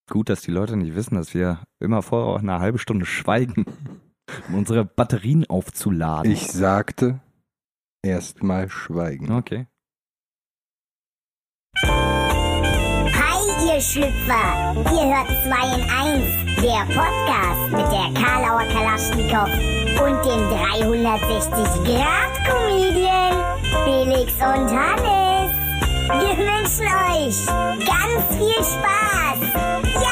Gut, dass die Leute nicht wissen, dass wir immer vorher auch eine halbe Stunde schweigen, um unsere Batterien aufzuladen. Ich sagte, erstmal schweigen. Okay. Hi, ihr Schlüpfer! Ihr hört 2 in 1, der Podcast mit der Karlauer Kalaschnikow und dem 360-Grad-Comedian Felix und Hannes. Wir wünschen euch ganz viel Spaß! Ja!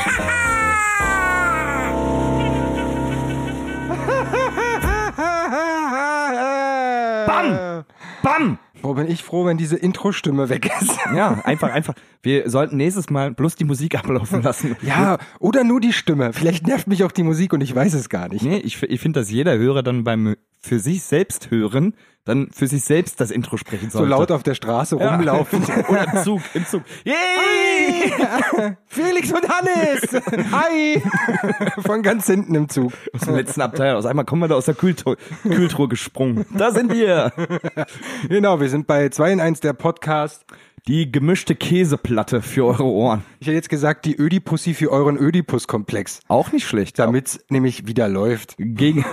Bam! Bam! Wo bin ich froh, wenn diese Intro-Stimme weg ist. Ja, einfach. Wir sollten nächstes Mal bloß die Musik ablaufen lassen. Ja, oder nur die Stimme. Vielleicht nervt mich auch die Musik und ich weiß es gar nicht. Nee, ich finde, dass jeder Hörer dann beim für sich selbst hören, dann für sich selbst das Intro sprechen sollte. So laut auf der Straße rumlaufen. Oder im Zug. Yay! Felix und Hannes! Hi! Von ganz hinten im Zug. Aus dem letzten Abteil. Aus einmal kommen wir da aus der Kühltruhe gesprungen. Da sind wir! Genau, wir sind bei 2 in 1, der Podcast. Die gemischte Käseplatte für eure Ohren. Ich hätte jetzt gesagt, die Ödipussy für euren Ödipus-Komplex. Auch nicht schlecht. Damit's nämlich wieder läuft. Gegen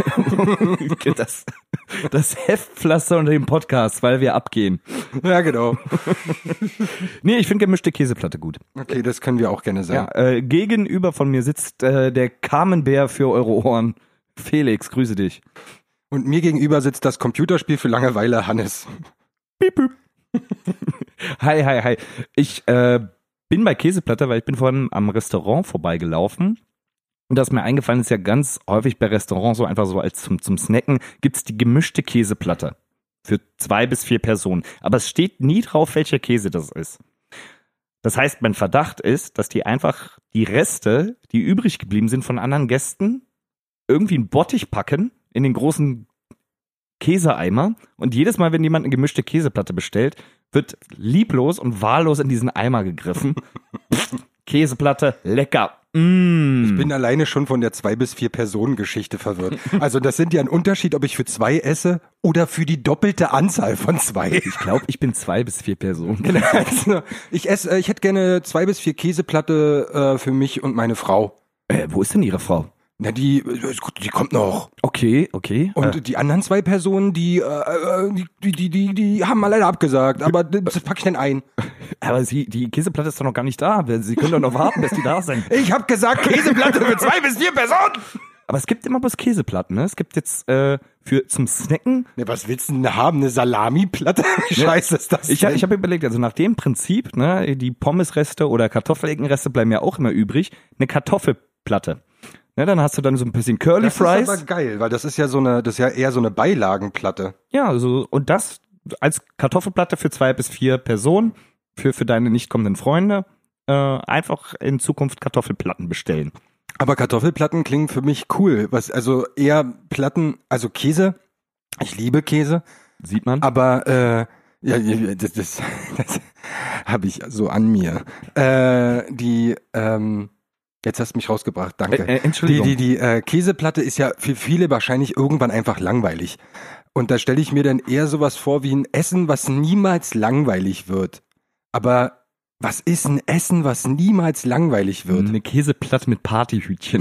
das Heftpflaster unter dem Podcast, weil wir abgehen. Ja, genau. Nee, ich finde gemischte Käseplatte gut. Okay, das können wir auch gerne sagen. Ja, gegenüber von mir sitzt der Carmenbär für eure Ohren. Felix, grüße dich. Und mir gegenüber sitzt das Computerspiel für Langeweile, Hannes. Piep, piep. Hi. Ich bin bei Käseplatte, weil ich bin vorhin am Restaurant vorbeigelaufen. Und das ist mir eingefallen, ist ja ganz häufig bei Restaurants so einfach so als zum Snacken, gibt's die gemischte Käseplatte. Für 2 bis 4 Personen. Aber es steht nie drauf, welcher Käse das ist. Das heißt, mein Verdacht ist, dass die einfach die Reste, die übrig geblieben sind von anderen Gästen, irgendwie in Bottich packen, in den großen Käseeimer. Und jedes Mal, wenn jemand eine gemischte Käseplatte bestellt, wird lieblos und wahllos in diesen Eimer gegriffen. Käseplatte, lecker. Ich bin alleine schon von der 2 bis 4 Personen Geschichte verwirrt. Also das sind ja ein Unterschied, ob ich für 2 esse oder für die doppelte Anzahl von 2. Ich glaube, ich bin 2 bis 4 Personen. Genau. Also, ich hätte gerne 2 bis 4 Käseplatte für mich und meine Frau. Wo ist denn Ihre Frau? Na, die kommt noch. Okay. Und die anderen 2 Personen, die haben mal leider abgesagt, aber das packe ich dann ein. Aber die Käseplatte ist doch noch gar nicht da. Sie können doch noch warten, bis die da sind. Ich habe gesagt, Käseplatte für 2 bis 4 Personen. Aber es gibt immer bloß Käseplatten, ne? Es gibt jetzt zum Snacken. Ne, was willst du denn haben? Eine Salamiplatte? Wie scheiße ist das? Ich habe überlegt, also nach dem Prinzip, ne, die Pommesreste oder Kartoffeleckenreste bleiben ja auch immer übrig, eine Kartoffelplatte. Ne, dann hast du dann so ein bisschen Curly Fries. Das ist aber geil, weil das ist ja eher so eine Beilagenplatte. Ja, und das als Kartoffelplatte für 2 bis 4 Personen, für deine nicht kommenden Freunde, einfach in Zukunft Kartoffelplatten bestellen. Aber Kartoffelplatten klingen für mich cool. Also eher Platten, also Käse. Ich liebe Käse. Sieht man. Aber das habe ich so an mir. Jetzt hast du mich rausgebracht, danke. Entschuldigung. Die Käseplatte ist ja für viele wahrscheinlich irgendwann einfach langweilig. Und da stelle ich mir dann eher sowas vor wie ein Essen, was niemals langweilig wird. Aber was ist ein Essen, was niemals langweilig wird? Eine Käseplatte mit Partyhütchen.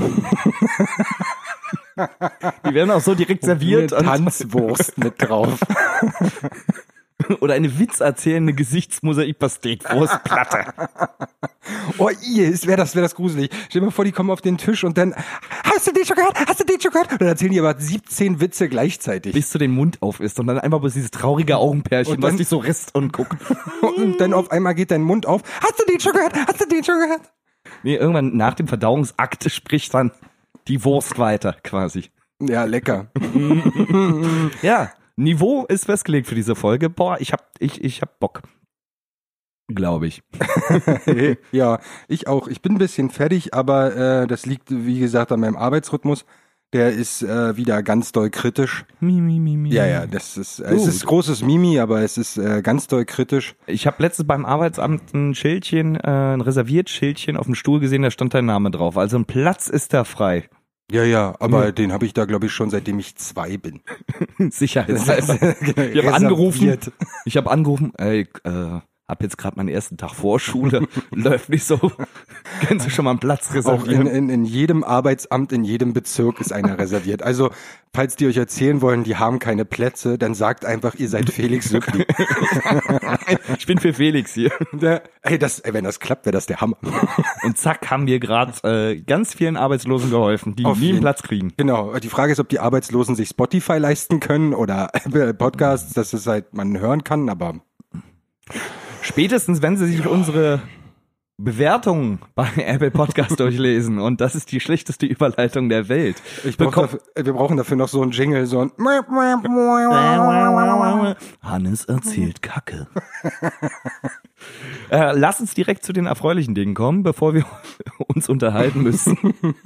Die werden auch so direkt serviert. Eine Tanzwurst mit drauf. Oder eine witzerzählende Gesichtsmosaik-Pastetwurstplatte. Oh, wäre das gruselig. Stell dir mal vor, die kommen auf den Tisch und dann, hast du den schon gehört? Und dann erzählen die aber 17 Witze gleichzeitig. Bis du den Mund auf isst und dann einfach bloß dieses traurige Augenpärchen, was dich so risst und guckt. Und dann auf einmal geht dein Mund auf. Hast du den schon gehört? Nee, irgendwann nach dem Verdauungsakt spricht dann die Wurst weiter, quasi. Ja, lecker. Ja. Niveau ist festgelegt für diese Folge. Boah, ich hab Bock. Glaube ich. Ja, ich auch. Ich bin ein bisschen fertig, aber das liegt, wie gesagt, an meinem Arbeitsrhythmus. Der ist wieder ganz doll kritisch. Mimi. Ja, das ist, es ist großes Mimi, aber es ist ganz doll kritisch. Ich habe letztens beim Arbeitsamt ein Schildchen, ein Reserviert-Schildchen auf dem Stuhl gesehen, da stand dein Name drauf. Also ein Platz ist da frei. Ja, aber den habe ich da, glaube ich, schon seitdem ich 2 bin. Sicherheitshalber. Ich habe angerufen, ey, hab jetzt gerade meinen ersten Tag Vorschule, läuft nicht so. Können Sie schon mal einen Platz Auch reservieren? in jedem Arbeitsamt, in jedem Bezirk ist einer reserviert. Also, falls die euch erzählen wollen, die haben keine Plätze, dann sagt einfach, ihr seid Felix Lückli. Ich bin für Felix hier. Wenn das klappt, wäre das der Hammer. Und zack, haben wir gerade ganz vielen Arbeitslosen geholfen, die Auf nie einen jeden- Platz kriegen. Genau. Die Frage ist, ob die Arbeitslosen sich Spotify leisten können oder Podcasts, dass es halt man hören kann, aber Spätestens, wenn Sie sich unsere Bewertungen bei Apple Podcast durchlesen. Und das ist die schlechteste Überleitung der Welt. wir brauchen dafür noch so einen Jingle, so ein Hannes erzählt Kacke. Lass uns direkt zu den erfreulichen Dingen kommen, bevor wir uns unterhalten müssen.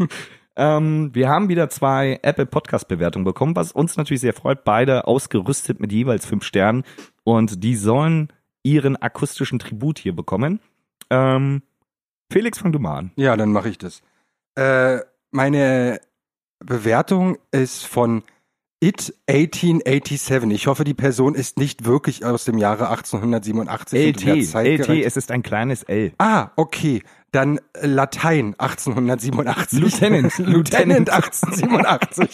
Wir haben wieder 2 Apple Podcast Bewertungen bekommen, was uns natürlich sehr freut. Beide ausgerüstet mit jeweils 5 Sternen. Und die sollen ihren akustischen Tribut hier bekommen. Felix, fang du mal an. Ja, dann mache ich das. Meine Bewertung ist von It 1887. Ich hoffe, die Person ist nicht wirklich aus dem Jahre 1887. und wird zeitgerecht. Es ist ein kleines L. Ah, okay. Dann Latein 1887. Lieutenant. 1887.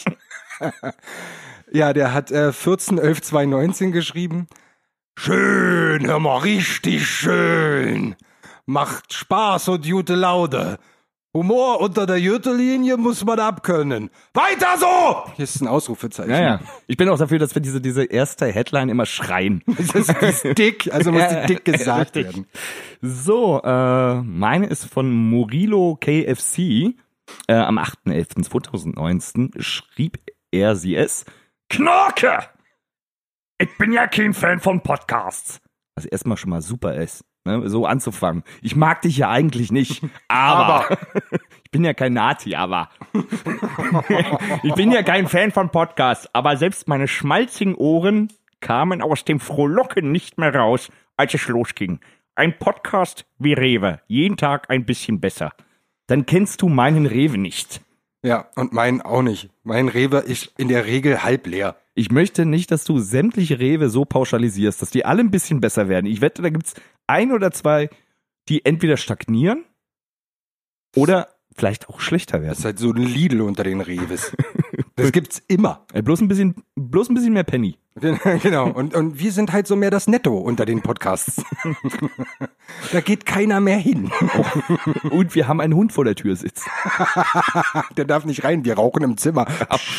Ja, der hat 14.11.2019 geschrieben. Schön, hör mal, richtig schön. Macht Spaß und gute Laune. Humor unter der Gürtellinie muss man abkönnen. Weiter so! Hier ist ein Ausrufezeichen. Ja. Ich bin auch dafür, dass wir diese erste Headline immer schreien. Das ist dick, also muss die dick gesagt werden. So, meine ist von Murilo KFC. Am 8.11.2019 schrieb sie es. Knorke! Ich bin ja kein Fan von Podcasts. Was erstmal schon mal super ist, ne? So anzufangen. Ich mag dich ja eigentlich nicht, aber ich bin ja kein Nazi, aber ich bin ja kein Fan von Podcasts, aber selbst meine schmalzigen Ohren kamen aus dem Frohlocken nicht mehr raus, als es losging. Ein Podcast wie Rewe, jeden Tag ein bisschen besser. Dann kennst du meinen Rewe nicht. Ja, und meinen auch nicht. Mein Rewe ist in der Regel halb leer. Ich möchte nicht, dass du sämtliche Rewe so pauschalisierst, dass die alle ein bisschen besser werden. Ich wette, da gibt's 1 oder 2, die entweder stagnieren oder vielleicht auch schlechter Das werden. ist halt so ein Lidl unter den Rewes. Das gibt's immer. Bloß ein bisschen mehr Penny. Genau. Und wir sind halt so mehr das Netto unter den Podcasts. Da geht keiner mehr hin. Und wir haben einen Hund vor der Tür sitzen. Der darf nicht rein, wir rauchen im Zimmer.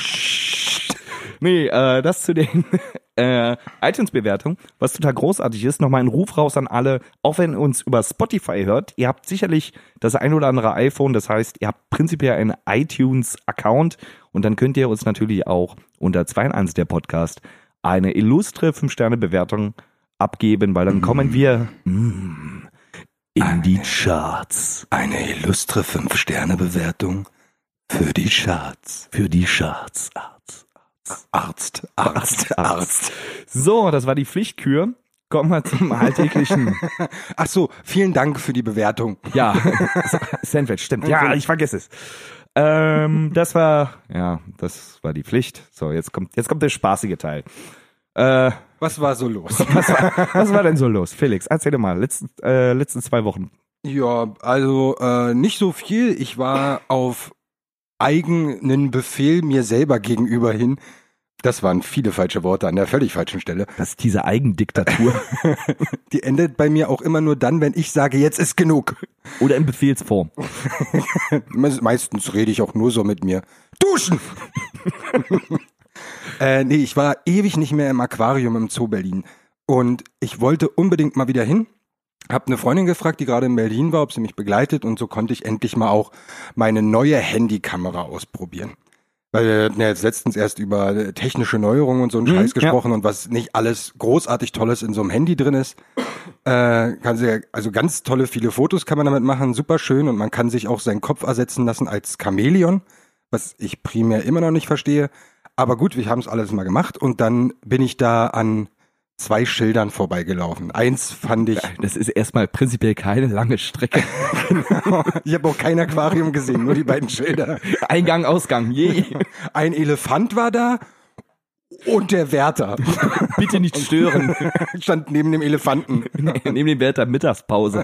Nee, das zu den iTunes-Bewertungen, was total großartig ist. Nochmal ein Ruf raus an alle, auch wenn ihr uns über Spotify hört. Ihr habt sicherlich das ein oder andere iPhone, das heißt, ihr habt prinzipiell einen iTunes-Account und dann könnt ihr uns natürlich auch unter 2 in 1 der Podcast eine illustre 5-Sterne-Bewertung abgeben, weil dann kommen wir in die Charts. Eine illustre 5-Sterne-Bewertung für die Charts. Für die Charts. Arzt. So, das war die Pflichtkür. Kommen wir zum alltäglichen. Ach so, vielen Dank für die Bewertung. Ja, Sandwich, stimmt. Ja, ich vergesse es. Das war die Pflicht. So, jetzt kommt der spaßige Teil. Was war so los? Was war denn so los? Felix, erzähl dir mal, letzten 2 Wochen. Ja, also nicht so viel. Ich war auf eigenen Befehl mir selber gegenüber hin. Das waren viele falsche Worte an der völlig falschen Stelle. Das ist diese Eigendiktatur. Die endet bei mir auch immer nur dann, wenn ich sage, jetzt ist genug. Oder in Befehlsform. Meistens rede ich auch nur so mit mir. Duschen! Nee, ich war ewig nicht mehr im Aquarium im Zoo Berlin. Und ich wollte unbedingt mal wieder hin. Hab eine Freundin gefragt, die gerade in Berlin war, ob sie mich begleitet. Und so konnte ich endlich mal auch meine neue Handykamera ausprobieren. Weil wir hatten ja jetzt letztens erst über technische Neuerungen und so einen Scheiß gesprochen und was nicht alles großartig Tolles in so einem Handy drin ist. Also ganz tolle, viele Fotos kann man damit machen, super schön und man kann sich auch seinen Kopf ersetzen lassen als Chamäleon, was ich primär immer noch nicht verstehe. Aber gut, wir haben es alles mal gemacht und dann bin ich da an 2 Schildern vorbeigelaufen. Eins fand ich... Das ist erstmal prinzipiell keine lange Strecke. Genau. Ich habe auch kein Aquarium gesehen, nur die beiden Schilder. Eingang, Ausgang, je. Ein Elefant war da Und der Wärter Bitte nicht stören. stand neben dem Elefanten. Neben dem Wärter Mittagspause.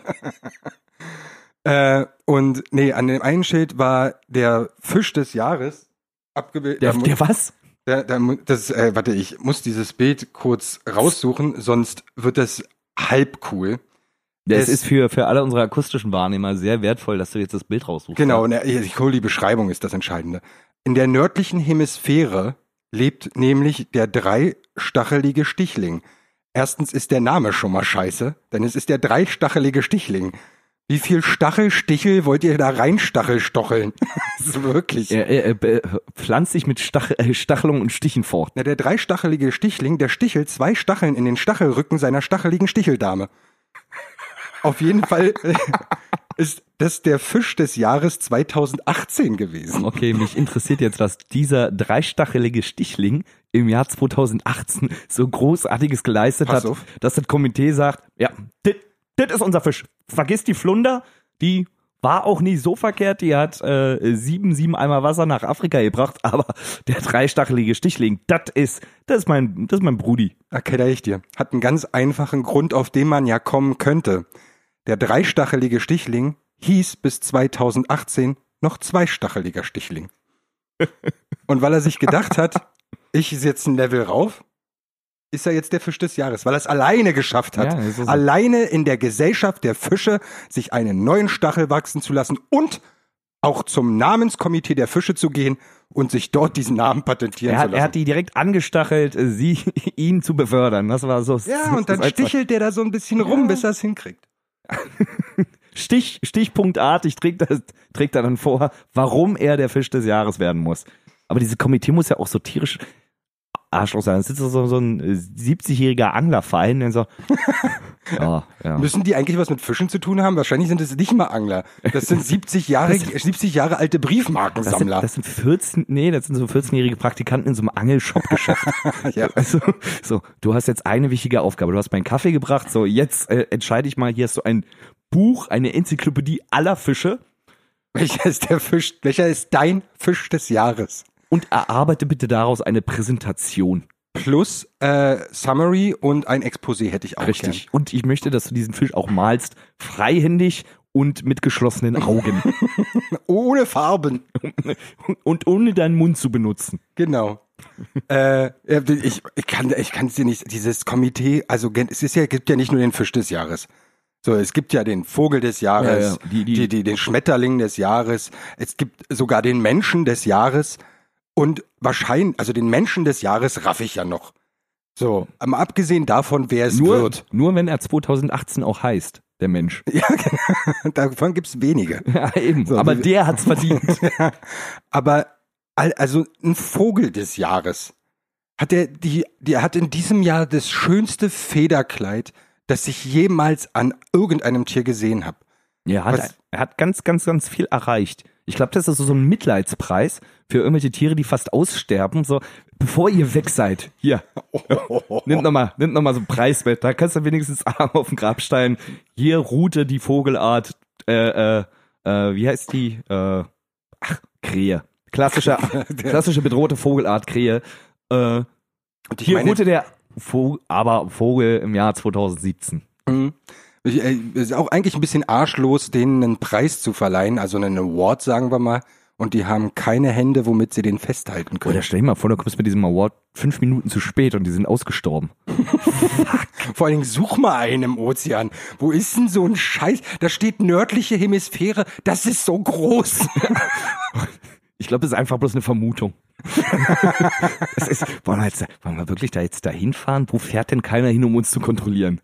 Und nee, an dem einen Schild war der Fisch des Jahres abgebildet. Der was? Warte, ich muss dieses Bild kurz raussuchen, sonst wird das halb cool. Es ist für alle unsere akustischen Wahrnehmer sehr wertvoll, dass du jetzt das Bild raussuchst. Genau, ich hole die Beschreibung, ist das Entscheidende. In der nördlichen Hemisphäre lebt nämlich der dreistachelige Stichling. Erstens ist der Name schon mal scheiße, denn es ist der dreistachelige Stichling. Wie viel Stachelstichel wollt ihr da reinstachelstocheln? Das ist wirklich. Er pflanzt sich mit Stachelung und Stichen fort. Na, der dreistachelige Stichling, der stichelt 2 Stacheln in den Stachelrücken seiner stacheligen Sticheldame. Auf jeden Fall ist das der Fisch des Jahres 2018 gewesen. Okay, mich interessiert jetzt, was dieser dreistachelige Stichling im Jahr 2018 so Großartiges geleistet hat, dass das Komitee sagt, ja, das ist unser Fisch. Vergiss die Flunder, die war auch nie so verkehrt, die hat 7 Eimer Wasser nach Afrika gebracht, aber der dreistachelige Stichling, das ist mein Brudi. Erkenne ich dir. Hat einen ganz einfachen Grund, auf den man ja kommen könnte. Der dreistachelige Stichling hieß bis 2018 noch zweistacheliger Stichling. Und weil er sich gedacht hat, ich setze ein Level rauf, ist er jetzt der Fisch des Jahres, weil er es alleine geschafft hat, so. alleine in der Gesellschaft der Fische sich einen neuen Stachel wachsen zu lassen und auch zum Namenskomitee der Fische zu gehen und sich dort diesen Namen patentieren zu lassen. Er hat die direkt angestachelt, ihn zu befördern. Das war so. Ja, und dann stichelt der da so ein bisschen rum, bis er es hinkriegt. Stichpunktartig trägt er dann vor, warum er der Fisch des Jahres werden muss. Aber dieses Komitee muss ja auch so tierisch Arschloch sein. Da sitzt so ein 70-jähriger Anglerverein, der so. Ja. Müssen die eigentlich was mit Fischen zu tun haben? Wahrscheinlich sind es nicht mal Angler. Das sind 70 Jahre alte Briefmarkensammler. Das sind so 14-jährige Praktikanten in so einem Angelshop-Geschäft. Ja. Also, so, du hast jetzt eine wichtige Aufgabe. Du hast meinen Kaffee gebracht. So, jetzt entscheide ich mal, hier hast du ein Buch, eine Enzyklopädie aller Fische. Welcher ist dein Fisch des Jahres? Und erarbeite bitte daraus eine Präsentation. Plus Summary und ein Exposé hätte ich auch Richtig. gern. Und ich möchte, dass du diesen Fisch auch malst, freihändig und mit geschlossenen Augen. Ohne Farben. Und ohne deinen Mund zu benutzen. Genau. Ich kann es dir nicht, dieses Komitee, also gibt ja nicht nur den Fisch des Jahres. So, es gibt ja den Vogel des Jahres, den Schmetterling des Jahres, es gibt sogar den Menschen des Jahres und wahrscheinlich, also den Menschen des Jahres raff ich ja noch. So, aber abgesehen davon, wer es wird. Nur wenn er 2018 auch heißt, der Mensch. Ja, genau. Davon gibt's wenige. Ja, eben. So, aber der hat's verdient. Ja, aber, also ein Vogel des Jahres hat der hat in diesem Jahr das schönste Federkleid, das ich jemals an irgendeinem Tier gesehen habe. Ja, er hat ganz, ganz, ganz viel erreicht. Ich glaube, das ist so ein Mitleidspreis für irgendwelche Tiere, die fast aussterben. So, bevor ihr weg seid, hier, nimmt noch mal so einen Preis mit. Da kannst du wenigstens Arm auf den Grabstein. Hier ruhte die Vogelart, wie heißt die? Krähe. Klassische bedrohte Vogelart Krähe. Hier ruhte der Vogel im Jahr 2017. Es ist auch eigentlich ein bisschen arschlos, denen einen Preis zu verleihen, also einen Award, sagen wir mal, und die haben keine Hände, womit sie den festhalten können. Oder stell dir mal vor, du kommst mit diesem Award 5 Minuten zu spät und die sind ausgestorben. Fuck. Vor allen Dingen such mal einen im Ozean. Wo ist denn so ein Scheiß? Da steht nördliche Hemisphäre, das ist so groß. Ich glaube, das ist einfach bloß eine Vermutung. Wollen wir wirklich da jetzt dahin fahren? Wo fährt denn keiner hin, um uns zu kontrollieren?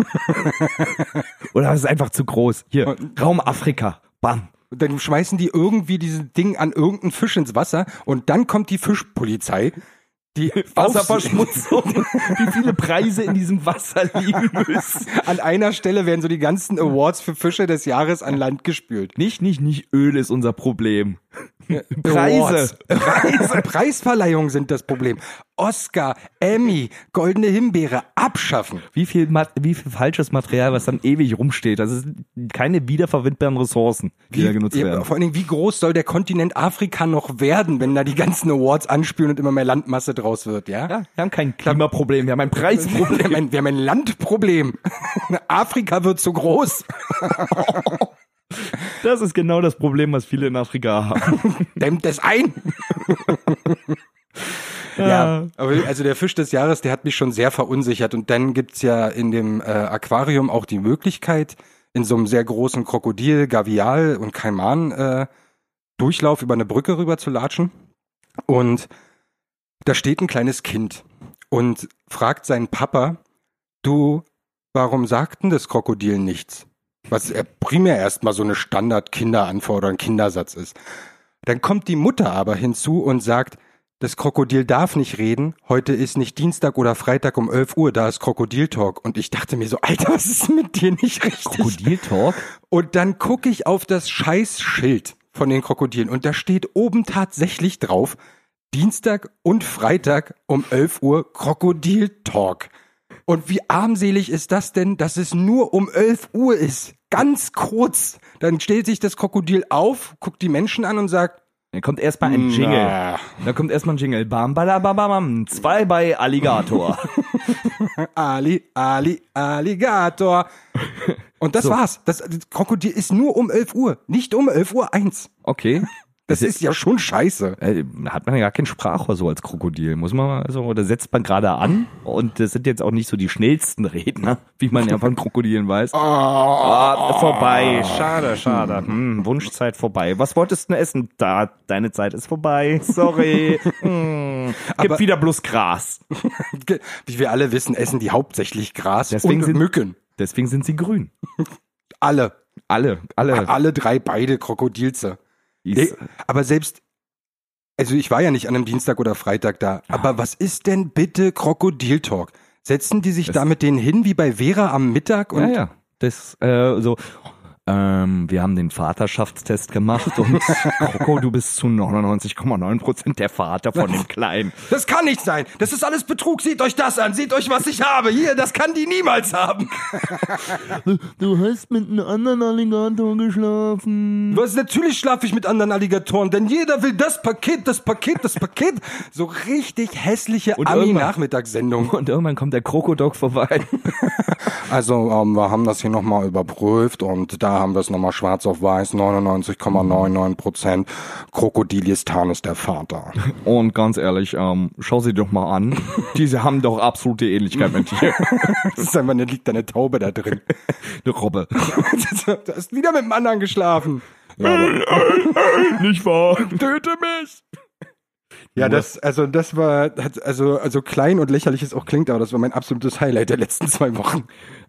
Oder ist es einfach zu groß? Hier, Raum Afrika. Bam. Und dann schmeißen die irgendwie dieses Ding an irgendeinen Fisch ins Wasser und dann kommt die Fischpolizei. Die Wasserverschmutzung, wie viele Preise in diesem Wasser liegen müssen. An einer Stelle werden so die ganzen Awards für Fische des Jahres an Land gespült. Nicht Öl ist unser Problem. Preise. Preisverleihungen sind das Problem. Oscar, Emmy, Goldene Himbeere, abschaffen. Wie viel falsches Material, was dann ewig rumsteht. Das ist keine wiederverwendbaren Ressourcen, die da genutzt werden. Vor allen Dingen, wie groß soll der Kontinent Afrika noch werden, wenn da die ganzen Awards anspielen und immer mehr Landmasse draus wird, ja? Ja, wir haben kein Klimaproblem, wir haben ein Preisproblem. Wir haben ein Landproblem. Afrika wird zu groß. Das ist genau das Problem, was viele in Afrika haben. Dämmt es ein. Ja, aber also der Fisch des Jahres, der hat mich schon sehr verunsichert. Und dann gibt's ja in dem Aquarium auch die Möglichkeit, in so einem sehr großen Krokodil, Gavial und Kaiman Durchlauf über eine Brücke rüber zu latschen. Und da steht ein kleines Kind und fragt seinen Papa, du, warum sagt denn das Krokodil nichts? Was primär erstmal so eine Standard-Kinderanforderung, Kindersatz ist. Dann kommt die Mutter aber hinzu und sagt, das Krokodil darf nicht reden, heute ist nicht Dienstag oder Freitag um 11 Uhr, da ist Krokodil-Talk. Und ich dachte mir so, Alter, was ist mit dir nicht richtig? Krokodil-Talk? Und dann gucke ich auf das Scheißschild von den Krokodilen und da steht oben tatsächlich drauf, Dienstag und Freitag um 11 Uhr Krokodil-Talk. Und wie armselig ist das denn, dass es nur um 11 Uhr ist? Ganz kurz. Dann stellt sich das Krokodil auf, guckt die Menschen an und sagt, dann kommt erstmal ein Jingle. Da kommt erstmal ein Jingle. Bam, balababam, 2 bei Alligator. Alligator. Und das war's. Das Krokodil ist nur um 11 Uhr, nicht um 11:01 Uhr. Okay. Das ist ja schon scheiße. Hat man ja gar kein Sprachrohr so als Krokodil. Muss man mal so, oder setzt man gerade an und das sind jetzt auch nicht so die schnellsten Redner, wie man ja von Krokodilen weiß. Vorbei. Schade. Wunschzeit vorbei. Was wolltest du denn essen? Deine Zeit ist vorbei. Sorry. Gibt wieder bloß Gras. Wie wir alle wissen, essen die hauptsächlich Gras deswegen und Mücken. Deswegen sind sie grün. Alle 3 beide Krokodilze. Aber selbst, also ich war ja nicht an einem Dienstag oder Freitag da, aber was ist denn bitte Krokodil-Talk? Setzen die sich da mit denen hin wie bei Vera am Mittag? Und ja. Das so. Wir haben den Vaterschaftstest gemacht und Kroko, du bist zu 99,9% der Vater von dem Kleinen. Das kann nicht sein. Das ist alles Betrug. Seht euch das an. Seht euch, was ich habe. Hier, das kann die niemals haben. Du hast mit einem anderen Alligator geschlafen. Natürlich schlafe ich mit anderen Alligatoren, denn jeder will das Paket. So richtig hässliche Ami-Nachmittagssendung. Und irgendwann kommt der Krokodok vorbei. Also, wir haben das hier nochmal überprüft und da haben wir es nochmal schwarz auf weiß, 99,99%. Krokodilistan ist der Vater. Und ganz ehrlich, schau sie doch mal an. Diese haben doch absolute Ähnlichkeit mit dir. Das ist einfach, liegt da eine Taube da drin. Eine Robbe. Du hast wieder mit dem anderen geschlafen. Ja, nicht wahr? Töte mich! Ja, das war, also klein und lächerlich es auch klingt, aber das war mein absolutes Highlight der letzten 2 Wochen.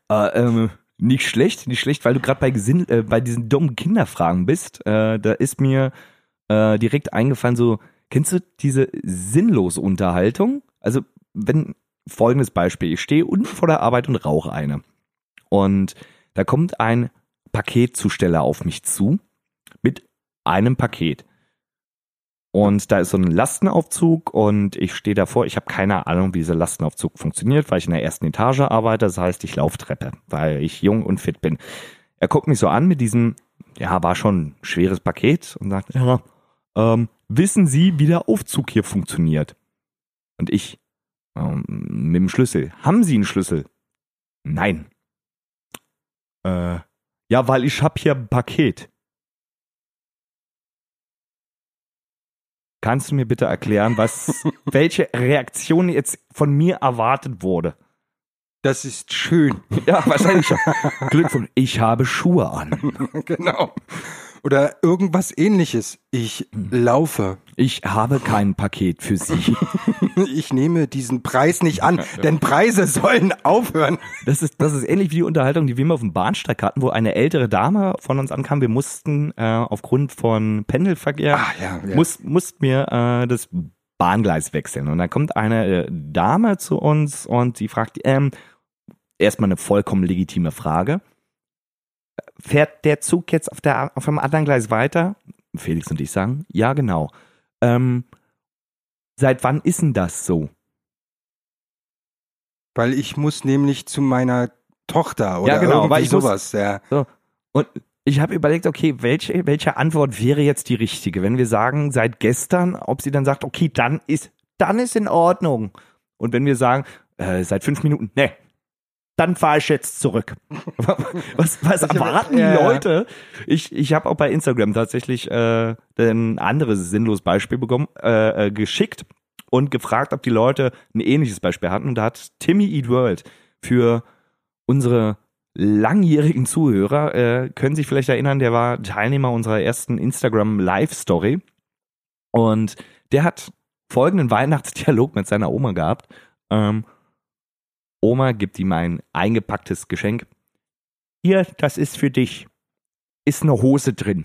Nicht schlecht, weil du gerade bei diesen dummen Kinderfragen bist. Da ist mir direkt eingefallen, so, kennst du diese sinnlose Unterhaltung? Also, folgendes Beispiel, ich stehe unten vor der Arbeit und rauche eine. Und da kommt ein Paketzusteller auf mich zu mit einem Paket. Und da ist so ein Lastenaufzug und ich stehe davor. Ich habe keine Ahnung, wie dieser Lastenaufzug funktioniert, weil ich in der 1. Etage arbeite. Das heißt, ich laufe Treppe, weil ich jung und fit bin. Er guckt mich so an mit diesem, war schon ein schweres Paket und sagt, wissen Sie, wie der Aufzug hier funktioniert? Und ich, mit dem Schlüssel. Haben Sie einen Schlüssel? Nein. Ja, weil ich habe hier ein Paket. Kannst du mir bitte erklären, welche Reaktion jetzt von mir erwartet wurde? Das ist schön. Ja, wahrscheinlich. Glückwunsch. Ich habe Schuhe an. Genau. Oder irgendwas Ähnliches. Ich laufe. Ich habe kein Paket für Sie. Ich nehme diesen Preis nicht an, denn Preise sollen aufhören. Das ist ähnlich wie die Unterhaltung, die wir immer auf dem Bahnsteig hatten, wo eine ältere Dame von uns ankam. Wir mussten aufgrund von Pendelverkehr mussten wir das Bahngleis wechseln. Und dann kommt eine Dame zu uns und die fragt erstmal eine vollkommen legitime Frage. Fährt der Zug jetzt auf dem anderen Gleis weiter? Felix und ich sagen, ja genau. Seit wann ist denn das so? Weil ich muss nämlich zu meiner Tochter oder Ja, genau, weil irgendwie ich muss- sowas. Ja. So. Und ich habe überlegt, okay, welche Antwort wäre jetzt die richtige? Wenn wir sagen, seit gestern, ob sie dann sagt, okay, dann ist in Ordnung. Und wenn wir sagen, seit 5 Minuten, nee, dann fahre ich jetzt zurück. Was erwarten die Leute? Ich habe auch bei Instagram tatsächlich ein anderes sinnloses Beispiel bekommen, geschickt und gefragt, ob die Leute ein ähnliches Beispiel hatten. Und da hat Timmy Eat World für unsere langjährigen Zuhörer, können sich vielleicht erinnern, der war Teilnehmer unserer ersten Instagram Live-Story. Und der hat folgenden Weihnachtsdialog mit seiner Oma gehabt. Oma gibt ihm ein eingepacktes Geschenk. Hier, das ist für dich. Ist eine Hose drin.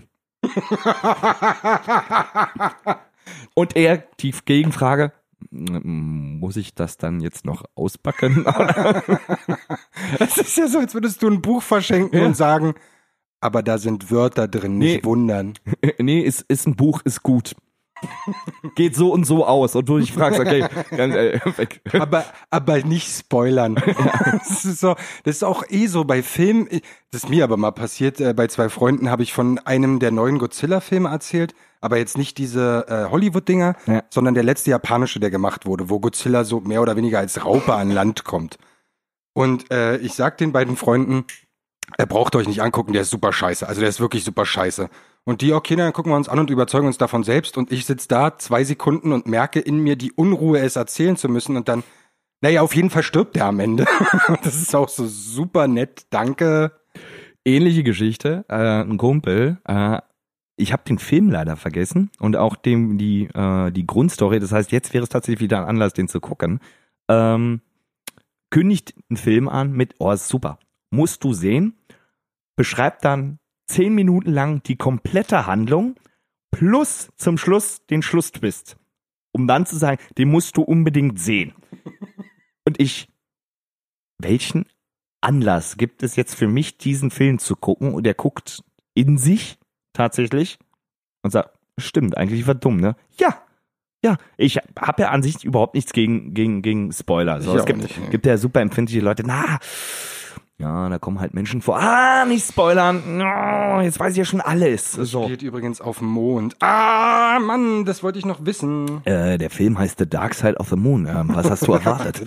Und er, die Gegenfrage, muss ich das dann jetzt noch auspacken? Das ist ja so, als würdest du ein Buch verschenken und sagen, aber da sind Wörter drin, nicht wundern. Nee, ist ein Buch, ist gut. Geht so und so aus. Und du dich fragst, okay, ganz weg. Aber nicht spoilern. Das ist auch so bei Filmen. Das ist mir aber mal passiert. Bei 2 Freunden habe ich von einem der neuen Godzilla-Filme erzählt. Aber jetzt nicht diese Hollywood-Dinger, sondern der letzte japanische, der gemacht wurde, wo Godzilla so mehr oder weniger als Raupe an Land kommt. Und ich sag den beiden Freunden, braucht euch nicht angucken, der ist super scheiße. Also der ist wirklich super scheiße. Und die, okay, dann gucken wir uns an und überzeugen uns davon selbst. Und ich sitze da 2 Sekunden und merke in mir die Unruhe, es erzählen zu müssen. Und dann, naja, auf jeden Fall stirbt der am Ende. Das ist auch so super nett, danke. Ähnliche Geschichte, ein Kumpel, ich habe den Film leider vergessen und auch die Grundstory. Das heißt, jetzt wäre es tatsächlich wieder ein Anlass, den zu gucken. Kündigt einen Film an mit, oh, ist super, musst du sehen. Beschreibt dann 10 Minuten lang die komplette Handlung plus zum Schluss den Schlusstwist. Um dann zu sagen, den musst du unbedingt sehen. Und welchen Anlass gibt es jetzt für mich, diesen Film zu gucken? Und er guckt in sich tatsächlich und sagt, stimmt, eigentlich war dumm, ne? Ja, ich habe ja an sich überhaupt nichts gegen Spoiler. So, es gibt ja super empfindliche Leute, da kommen halt Menschen vor. Nicht spoilern. No, jetzt weiß ich ja schon alles. Das spielt übrigens auf dem Mond. Mann, das wollte ich noch wissen. Der Film heißt The Dark Side of the Moon. Was hast du erwartet?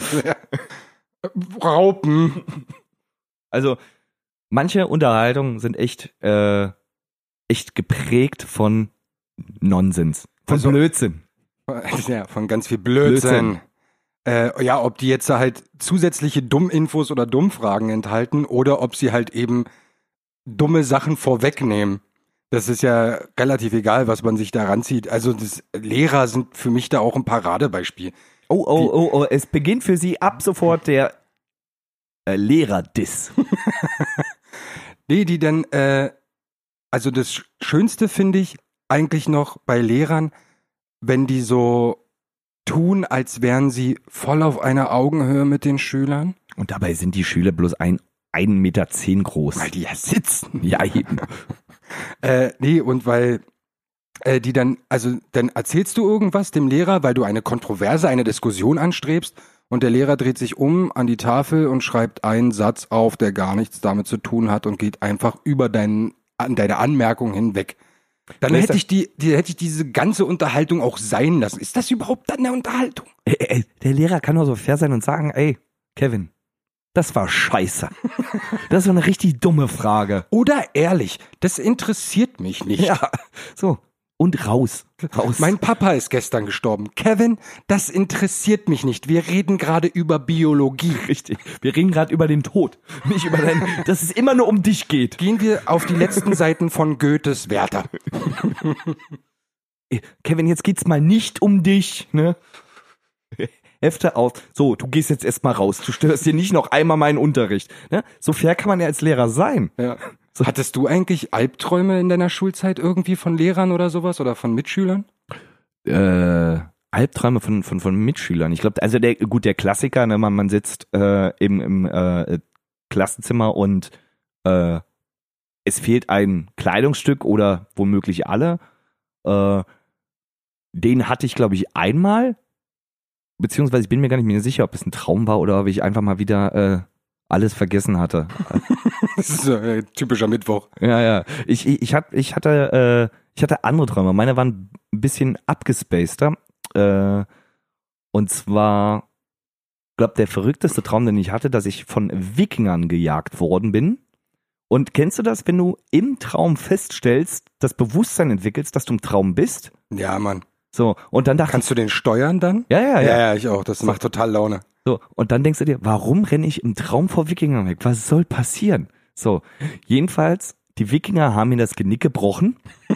Raupen. Also, manche Unterhaltungen sind echt geprägt von Nonsens. Von Blödsinn. Ja, von ganz viel Blödsinn. Ob die jetzt halt zusätzliche Dumminfos oder Dummfragen enthalten oder ob sie halt eben dumme Sachen vorwegnehmen. Das ist ja relativ egal, was man sich da ranzieht. Also Lehrer sind für mich da auch ein Paradebeispiel. Oh, es beginnt für sie ab sofort der Lehrer-Diss. Nee, die dann, also das Schönste finde ich eigentlich noch bei Lehrern, wenn die so tun, als wären sie voll auf einer Augenhöhe mit den Schülern. Und dabei sind die Schüler bloß 1,10 Meter groß. Weil die ja sitzen. Ja, eben. Und weil die dann erzählst du irgendwas dem Lehrer, weil du eine Kontroverse, eine Diskussion anstrebst und der Lehrer dreht sich um an die Tafel und schreibt einen Satz auf, der gar nichts damit zu tun hat und geht einfach über deine Anmerkung hinweg. Dann hätte ich diese ganze Unterhaltung auch sein lassen. Ist das überhaupt dann eine Unterhaltung? Der Lehrer kann doch so fair sein und sagen, ey, Kevin, das war scheiße. Das war eine richtig dumme Frage. Oder ehrlich, das interessiert mich nicht. Ja, so. Und raus. Mein Papa ist gestern gestorben. Kevin, das interessiert mich nicht. Wir reden gerade über Biologie. Richtig. Wir reden gerade über den Tod. Nicht über dass es immer nur um dich geht. Gehen wir auf die letzten Seiten von Goethes Werther. Kevin, jetzt geht's mal nicht um dich, ne? Hefte auf. So, du gehst jetzt erstmal raus. Du störst dir nicht noch einmal meinen Unterricht. Ne? So fair kann man ja als Lehrer sein. Ja. So. Hattest du eigentlich Albträume in deiner Schulzeit irgendwie von Lehrern oder sowas oder von Mitschülern? Albträume von Mitschülern. Ich glaube, also der Klassiker, ne, man sitzt im Klassenzimmer und es fehlt ein Kleidungsstück oder womöglich alle. Den hatte ich, glaube ich, einmal, beziehungsweise ich bin mir gar nicht mehr sicher, ob es ein Traum war oder ob ich einfach mal wieder alles vergessen hatte. Das ist ein typischer Mittwoch. Ja. Ich hatte andere Träume. Meine waren ein bisschen abgespaceder. Und zwar, ich glaube, der verrückteste Traum, den ich hatte, dass ich von Wikingern gejagt worden bin. Und kennst du das, wenn du im Traum feststellst, das Bewusstsein entwickelst, dass du im Traum bist? Ja, Mann. So, und dann dachte Kannst du den steuern dann? Ja. Ja, ich auch. Das macht total Laune. So, und dann denkst du dir, warum renne ich im Traum vor Wikingern weg? Was soll passieren? So, jedenfalls, die Wikinger haben mir das Genick gebrochen.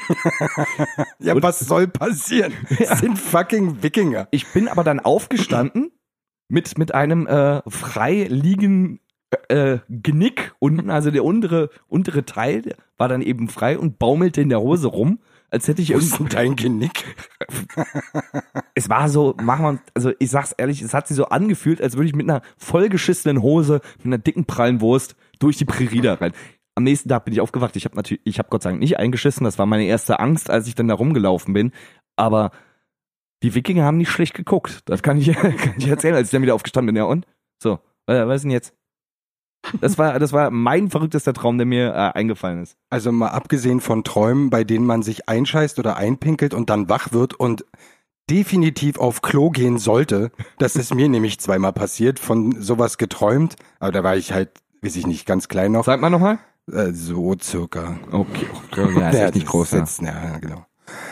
Ja, was soll passieren? Das sind fucking Wikinger. Ich bin aber dann aufgestanden mit einem frei liegenden Genick unten, also der untere Teil war dann eben frei und baumelte in der Hose rum, als hätte ich Wo ist denn dein Genick? Es war so, also ich sag's ehrlich, es hat sich so angefühlt, als würde ich mit einer vollgeschissenen Hose, mit einer dicken prallen Wurst durch die Prärie da rein. Am nächsten Tag bin ich aufgewacht, ich habe Gott sei Dank nicht eingeschissen, das war meine erste Angst, als ich dann da rumgelaufen bin, aber die Wikinger haben nicht schlecht geguckt, das kann ich erzählen, als ich dann wieder aufgestanden bin, ja und? So, was ist denn jetzt? Das war mein verrücktester Traum, der mir eingefallen ist. Also mal abgesehen von Träumen, bei denen man sich einscheißt oder einpinkelt und dann wach wird und definitiv auf Klo gehen sollte. Das ist mir nämlich zweimal passiert, von sowas geträumt. Aber da war ich halt, weiß ich nicht, ganz klein noch. Sag mal nochmal. So circa. Okay. Ja, ist echt nicht groß. Ja, genau.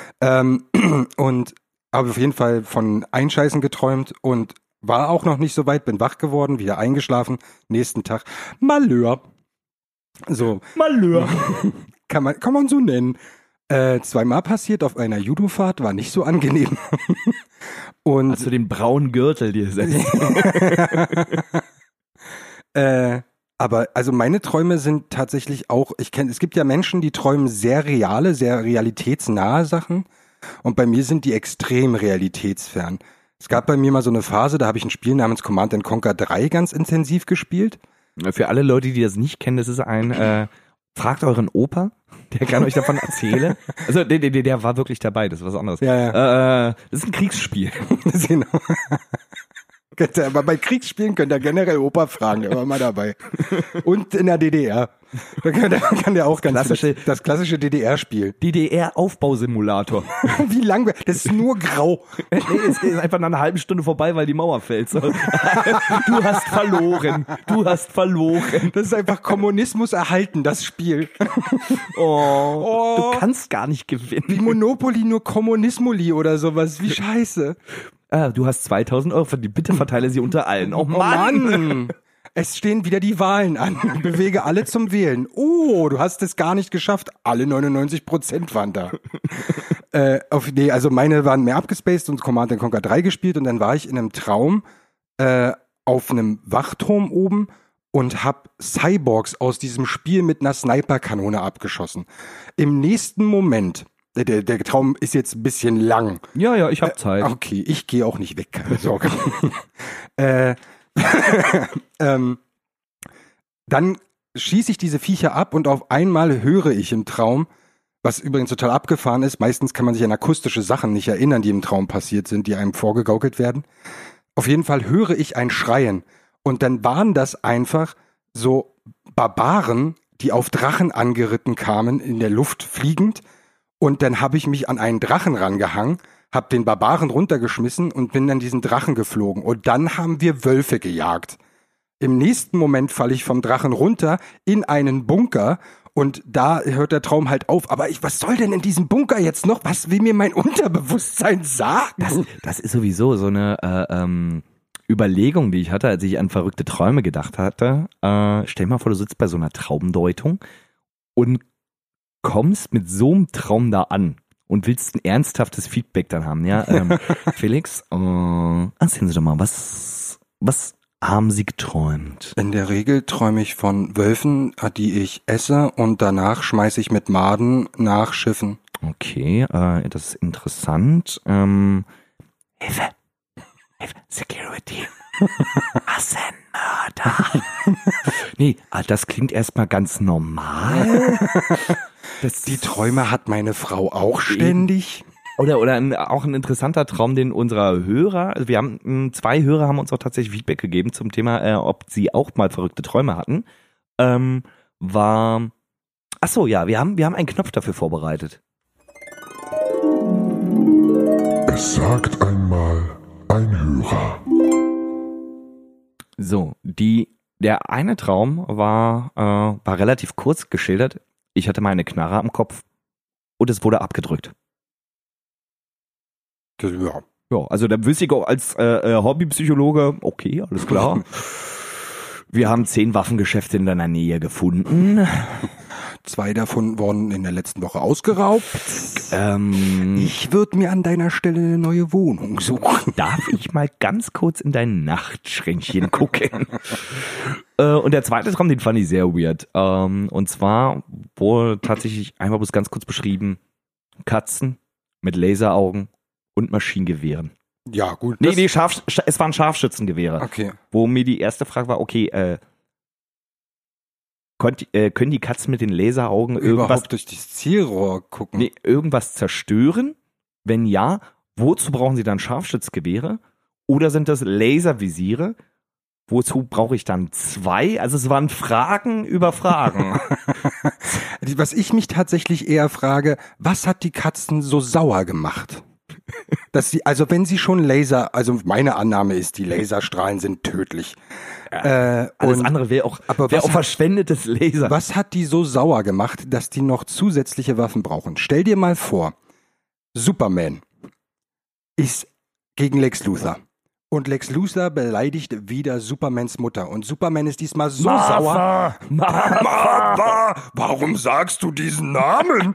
Und habe auf jeden Fall von Einscheißen geträumt und war auch noch nicht so weit, bin wach geworden, wieder eingeschlafen, nächsten Tag Malheur. So. Malheur. Kann man so nennen. Zweimal passiert auf einer Judofahrt, war nicht so angenehm. Und hast du den braunen Gürtel dir setzt? Aber also meine Träume sind tatsächlich auch, es gibt ja Menschen, die träumen sehr reale, sehr realitätsnahe Sachen und bei mir sind die extrem realitätsfern. Es gab bei mir mal so eine Phase, da habe ich ein Spiel namens Command & Conquer 3 ganz intensiv gespielt. Für alle Leute, die das nicht kennen, das ist ein, fragt euren Opa, der kann euch davon erzählen. Also der war wirklich dabei, das ist was anderes. Ja. Das ist ein Kriegsspiel. Genau. Aber bei Kriegsspielen könnt ihr generell Opa fragen, der war mal dabei. Und in der DDR. Da kann der auch ganz das klassische DDR-Spiel. DDR-Aufbausimulator. Wie langweilig. Das ist nur grau. Nee, es ist einfach nach einer halben Stunde vorbei, weil die Mauer fällt. So. Du hast verloren. Das ist einfach Kommunismus erhalten, das Spiel. Du kannst gar nicht gewinnen. Wie Monopoly, nur Kommunismoli oder sowas. Wie scheiße. Du hast 2.000 Euro verdient. Bitte verteile sie unter allen. Oh Mann. Es stehen wieder die Wahlen an. Bewege alle zum Wählen. Oh, du hast es gar nicht geschafft. Alle 99% waren da. Also meine waren mehr abgespaced und Command & Conquer 3 gespielt und dann war ich in einem Traum auf einem Wachturm oben und hab Cyborgs aus diesem Spiel mit einer Sniperkanone abgeschossen. Im nächsten Moment, der Traum ist jetzt ein bisschen lang. Ja, ich hab Zeit. Okay, ich gehe auch nicht weg, keine Sorge. Dann schieße ich diese Viecher ab und auf einmal höre ich im Traum, was übrigens total abgefahren ist, meistens kann man sich an akustische Sachen nicht erinnern, die im Traum passiert sind, die einem vorgegaukelt werden. Auf jeden Fall höre ich ein Schreien und dann waren das einfach so Barbaren, die auf Drachen angeritten kamen, in der Luft fliegend und dann habe ich mich an einen Drachen rangehangen, hab den Barbaren runtergeschmissen und bin dann diesen Drachen geflogen. Und dann haben wir Wölfe gejagt. Im nächsten Moment falle ich vom Drachen runter in einen Bunker und da hört der Traum halt auf. Aber was soll denn in diesem Bunker jetzt noch? Was will mir mein Unterbewusstsein sagen? Das ist sowieso so eine Überlegung, die ich hatte, als ich an verrückte Träume gedacht hatte. Stell mal vor, du sitzt bei so einer Traumdeutung und kommst mit so einem Traum da an. Und willst ein ernsthaftes Feedback dann haben, ja? Felix, erzählen Sie doch mal, was haben Sie geträumt? In der Regel träume ich von Wölfen, die ich esse und danach schmeiße ich mit Maden nach Schiffen. Okay, das ist interessant. Hilfe, Security. Asen Mörder. Nee, das klingt erstmal ganz normal. Die Träume hat meine Frau auch ständig. Oder auch ein interessanter Traum, den unserer Hörer, also wir haben 2 Hörer haben uns auch tatsächlich Feedback gegeben zum Thema, ob sie auch mal verrückte Träume hatten, war, ach so, ja, wir haben einen Knopf dafür vorbereitet. Es sagt einmal ein Hörer. So, der eine Traum war relativ kurz geschildert. Ich hatte mal eine Knarre am Kopf und es wurde abgedrückt. Ja. Ja, also da wüsste ich auch als Hobbypsychologe, okay, alles klar. Wir haben 10 Waffengeschäfte in deiner Nähe gefunden. 2 davon wurden in der letzten Woche ausgeraubt. Ich würde mir an deiner Stelle eine neue Wohnung suchen. Darf ich mal ganz kurz in dein Nachtschränkchen gucken? Und der zweite Traum, den fand ich sehr weird. Und zwar wurde tatsächlich einmal bloß ganz kurz beschrieben, Katzen mit Laseraugen und Maschinengewehren. Ja, gut. Nee, es waren Scharfschützengewehre. Okay. Wo mir die erste Frage war, okay, können die Katzen mit den Laseraugen Überhaupt durch das Zielrohr gucken? irgendwas zerstören? Wenn ja, wozu brauchen sie dann Scharfschützgewehre? Oder sind das Laservisiere? Wozu brauche ich dann 2? Also es waren Fragen über Fragen. Was ich mich tatsächlich eher frage, was hat die Katzen so sauer gemacht? Also wenn sie schon also meine Annahme ist, die Laserstrahlen sind tödlich. Alles andere wäre auch verschwendetes Laser. Was hat die so sauer gemacht, dass die noch zusätzliche Waffen brauchen? Stell dir mal vor, Superman ist gegen Lex Luthor. Und Lex Luthor beleidigt wieder Supermans Mutter. Und Superman ist diesmal so sauer. Martha, warum sagst du diesen Namen?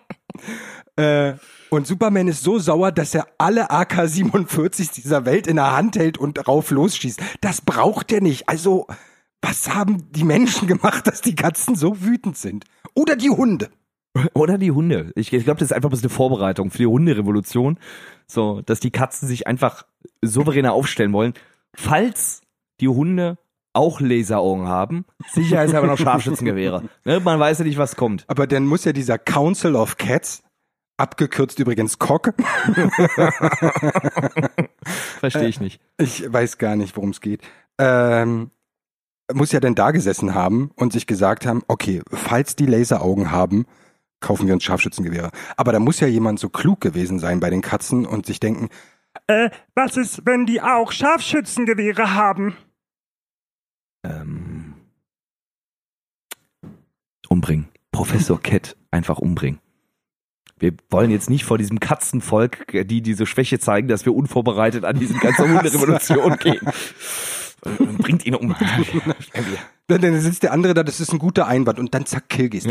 Und Superman ist so sauer, dass er alle AK-47 dieser Welt in der Hand hält und drauf losschießt. Das braucht er nicht. Also, was haben die Menschen gemacht, dass die Katzen so wütend sind? Oder die Hunde. Oder die Hunde. Ich glaube, das ist einfach bloß eine Vorbereitung für die Hunderevolution. So, dass die Katzen sich einfach souveräner aufstellen wollen. Falls die Hunde auch Laseraugen haben, sicherheitshalber noch Scharfschützengewehre. Ne? Man weiß ja nicht, was kommt. Aber dann muss ja dieser Council of Cats, abgekürzt übrigens COC. Verstehe ich nicht. Ich weiß gar nicht, worum es geht. Muss ja dann da gesessen haben und sich gesagt haben, okay, falls die Laseraugen haben, kaufen wir uns Scharfschützengewehre. Aber da muss ja jemand so klug gewesen sein bei den Katzen und sich denken, was ist, wenn die auch Scharfschützengewehre haben? Umbringen. Professor Cat einfach umbringen. Wir wollen jetzt nicht vor diesem Katzenvolk, die diese Schwäche zeigen, dass wir unvorbereitet an diese ganze Hunderevolution gehen. Bringt ihn um. Dann sitzt der andere da, das ist ein guter Einwand und dann zack, Killgist.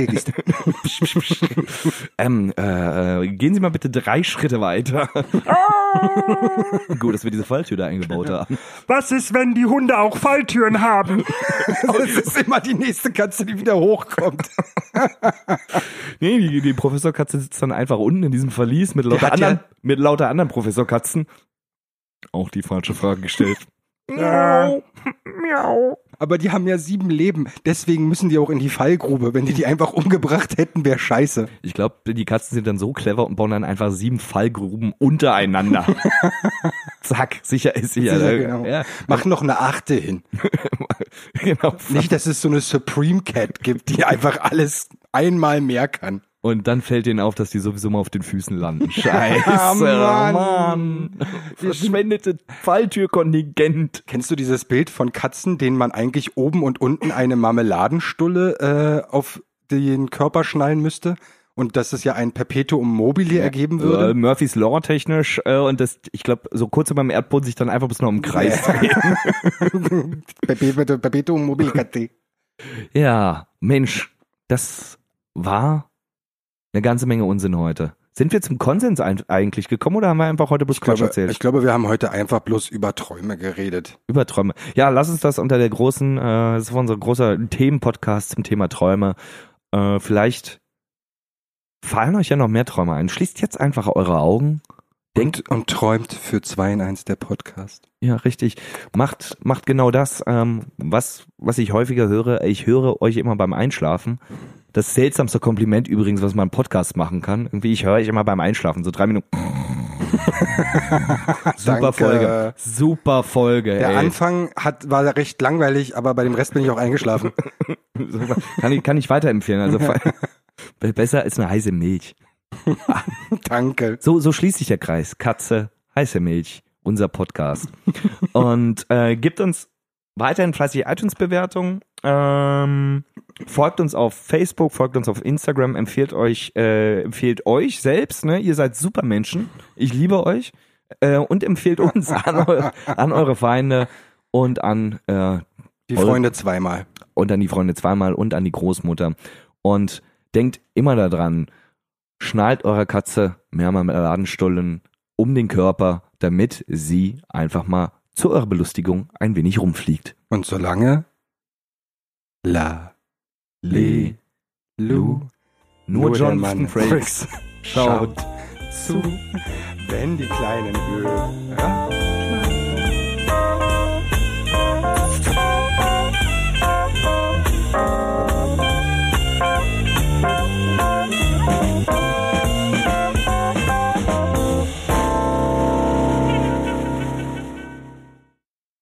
Gehen Sie mal bitte 3 Schritte weiter. Gut, dass wir diese Falltür da eingebaut haben. Was ist, wenn die Hunde auch Falltüren haben? Das ist immer die nächste Katze, die wieder hochkommt. Nee, die Professorkatze sitzt dann einfach unten in diesem Verlies mit lauter anderen Professorkatzen. Auch die falsche Frage gestellt. Miau. Miau. Aber die haben ja 7 Leben, deswegen müssen die auch in die Fallgrube. Wenn die einfach umgebracht hätten, wäre scheiße. Ich glaube, die Katzen sind dann so clever und bauen dann einfach 7 Fallgruben untereinander. Zack, sicher ist sicher. Genau. Ja. Mach noch eine 8. hin. Genau. Nicht, dass es so eine Supreme Cat gibt, die einfach alles einmal mehr kann. Und dann fällt denen auf, dass die sowieso mal auf den Füßen landen. Scheiße, Mann. Verschwendete Falltürkontingent. Kennst du dieses Bild von Katzen, denen man eigentlich oben und unten eine Marmeladenstulle auf den Körper schnallen müsste? Und dass es ja ein Perpetuum mobile ergeben würde? Murphys Law technisch. Und das, ich glaube, so kurz über dem Erdboden sich dann einfach bis noch im Kreis drehen. Perpetuum mobile KT. Ja, Mensch, das war eine ganze Menge Unsinn heute. Sind wir zum Konsens eigentlich gekommen oder haben wir einfach heute bloß Quatsch erzählt? Ich glaube, wir haben heute einfach bloß über Träume geredet. Über Träume. Ja, lass uns das unter der großen, das ist unser großer Themenpodcast zum Thema Träume. Vielleicht fallen euch ja noch mehr Träume ein. Schließt jetzt einfach eure Augen, Und träumt für 2 in 1 der Podcast. Ja, richtig. Macht genau das, was ich häufiger höre. Ich höre euch immer beim Einschlafen. Das seltsamste Kompliment übrigens, was man im Podcast machen kann. Irgendwie, ich höre euch immer beim Einschlafen, so 3 Minuten. Super Folge. Super Folge, Der ey. Anfang war recht langweilig, aber bei dem Rest bin ich auch eingeschlafen. Super. Kann ich weiterempfehlen. Also besser als eine heiße Milch. Danke. So schließt sich der Kreis. Katze, heiße Milch, unser Podcast. Und gibt uns weiterhin fleißig iTunes-Bewertungen. Folgt uns auf Facebook, folgt uns auf Instagram, empfiehlt euch selbst, ne? Ihr seid super Menschen. Ich liebe euch. Und empfiehlt uns an eure Feinde und an Die Freunde zweimal. und an die Freunde zweimal und an die Großmutter. Und denkt immer daran, schnallt eurer Katze mehr Marmeladenstollen um den Körper, damit sie einfach mal zu eurer Belustigung ein wenig rumfliegt. Und solange La Le Lu Nur der Jonathan Mann Frakes schaut zu, wenn die kleinen Hörer